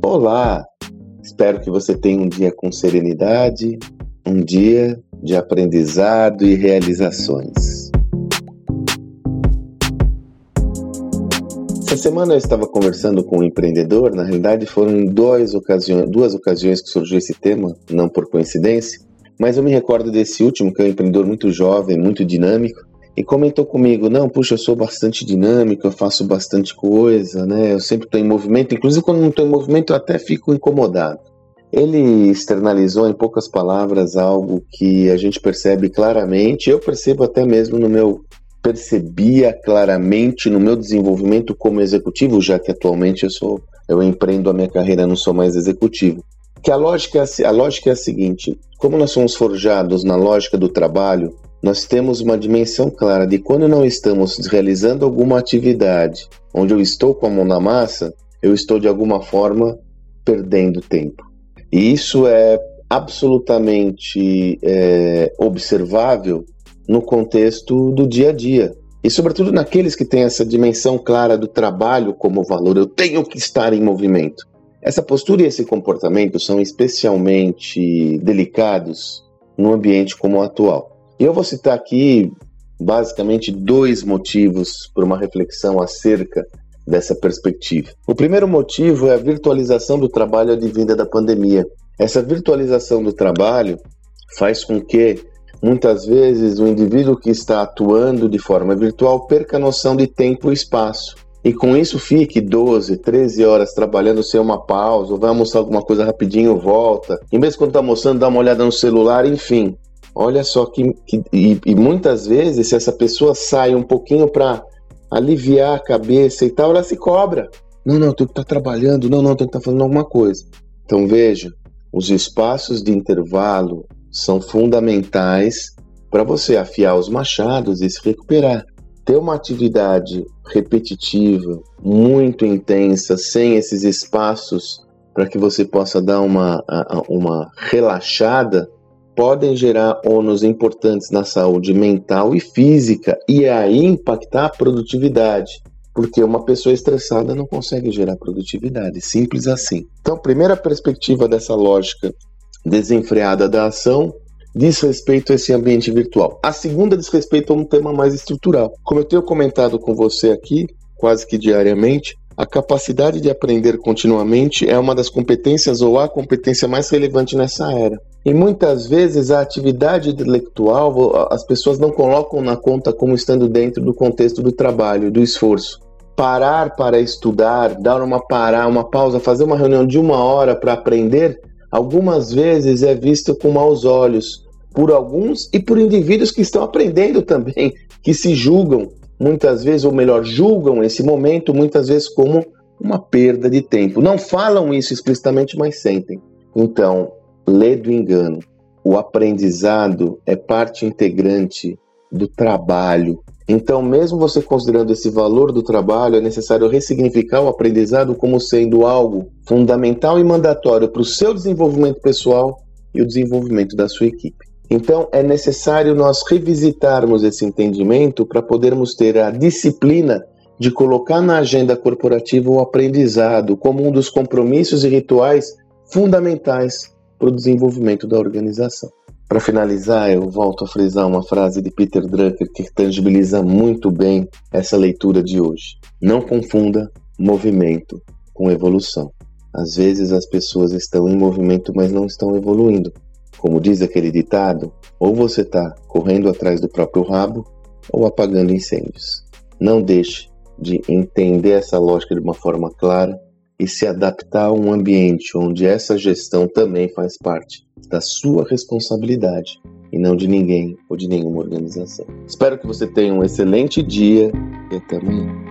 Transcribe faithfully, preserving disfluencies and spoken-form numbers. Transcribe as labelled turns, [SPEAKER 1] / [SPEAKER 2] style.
[SPEAKER 1] Olá! Espero que você tenha um dia com serenidade, um dia de aprendizado e realizações. Essa semana eu estava conversando com um empreendedor, na realidade foram em duas ocasiões, duas ocasiões que surgiu esse tema, não por coincidência, mas eu me recordo desse último, que é um empreendedor muito jovem, muito dinâmico, e comentou comigo, não, puxa, eu sou bastante dinâmico, eu faço bastante coisa, né? Eu sempre estou em movimento, inclusive quando não estou em movimento eu até fico incomodado. Ele externalizou em poucas palavras algo que a gente percebe claramente, eu percebo até mesmo no meu, percebia claramente no meu desenvolvimento como executivo, já que atualmente eu sou, eu empreendo a minha carreira, não sou mais executivo. Que a lógica, a lógica é a seguinte, como nós somos forjados na lógica do trabalho, nós temos uma dimensão clara de quando não estamos realizando alguma atividade onde eu estou com a mão na massa, eu estou de alguma forma perdendo tempo. E isso é absolutamente é, observável no contexto do dia a dia. E sobretudo naqueles que têm essa dimensão clara do trabalho como valor, eu tenho que estar em movimento. Essa postura e esse comportamento são especialmente delicados num ambiente como o atual. E eu vou citar aqui, basicamente, dois motivos para uma reflexão acerca dessa perspectiva. O primeiro motivo é a virtualização do trabalho advinda da pandemia. Essa virtualização do trabalho faz com que, muitas vezes, o indivíduo que está atuando de forma virtual perca a noção de tempo e espaço. E com isso fique doze, treze horas trabalhando sem uma pausa, ou vai almoçar alguma coisa rapidinho, volta. Em vez de quando está almoçando, dá uma olhada no celular, enfim. Olha só que, que e, e muitas vezes, se essa pessoa sai um pouquinho para aliviar a cabeça e tal, ela se cobra. Não, não, eu tenho que estar trabalhando, não, não, eu tenho que estar fazendo alguma coisa. Então veja, os espaços de intervalo são fundamentais para você afiar os machados e se recuperar. Ter uma atividade repetitiva, muito intensa, sem esses espaços para que você possa dar uma, uma relaxada, podem gerar ônus importantes na saúde mental e física e aí impactar a produtividade, porque uma pessoa estressada não consegue gerar produtividade, simples assim. Então, a primeira perspectiva dessa lógica desenfreada da ação diz respeito a esse ambiente virtual. A segunda diz respeito a um tema mais estrutural. Como eu tenho comentado com você aqui, quase que diariamente, a capacidade de aprender continuamente é uma das competências ou a competência mais relevante nessa era. E muitas vezes a atividade intelectual as pessoas não colocam na conta como estando dentro do contexto do trabalho, do esforço. Parar para estudar, dar uma parar, uma pausa, fazer uma reunião de uma hora para aprender, algumas vezes é visto com maus olhos por alguns e por indivíduos que estão aprendendo também, que se julgam muitas vezes, ou melhor, julgam esse momento muitas vezes como uma perda de tempo. Não falam isso explicitamente, mas sentem. Então, lê do engano. O aprendizado é parte integrante do trabalho. Então, mesmo você considerando esse valor do trabalho, é necessário ressignificar o aprendizado como sendo algo fundamental e mandatório para o seu desenvolvimento pessoal e o desenvolvimento da sua equipe. Então, é necessário nós revisitarmos esse entendimento para podermos ter a disciplina de colocar na agenda corporativa o aprendizado como um dos compromissos e rituais fundamentais para o desenvolvimento da organização. Para finalizar, eu volto a frisar uma frase de Peter Drucker que tangibiliza muito bem essa leitura de hoje. Não confunda movimento com evolução. Às vezes as pessoas estão em movimento, mas não estão evoluindo. Como diz aquele ditado, ou você está correndo atrás do próprio rabo ou apagando incêndios. Não deixe de entender essa lógica de uma forma clara e se adaptar a um ambiente onde essa gestão também faz parte da sua responsabilidade e não de ninguém ou de nenhuma organização. Espero que você tenha um excelente dia e até amanhã.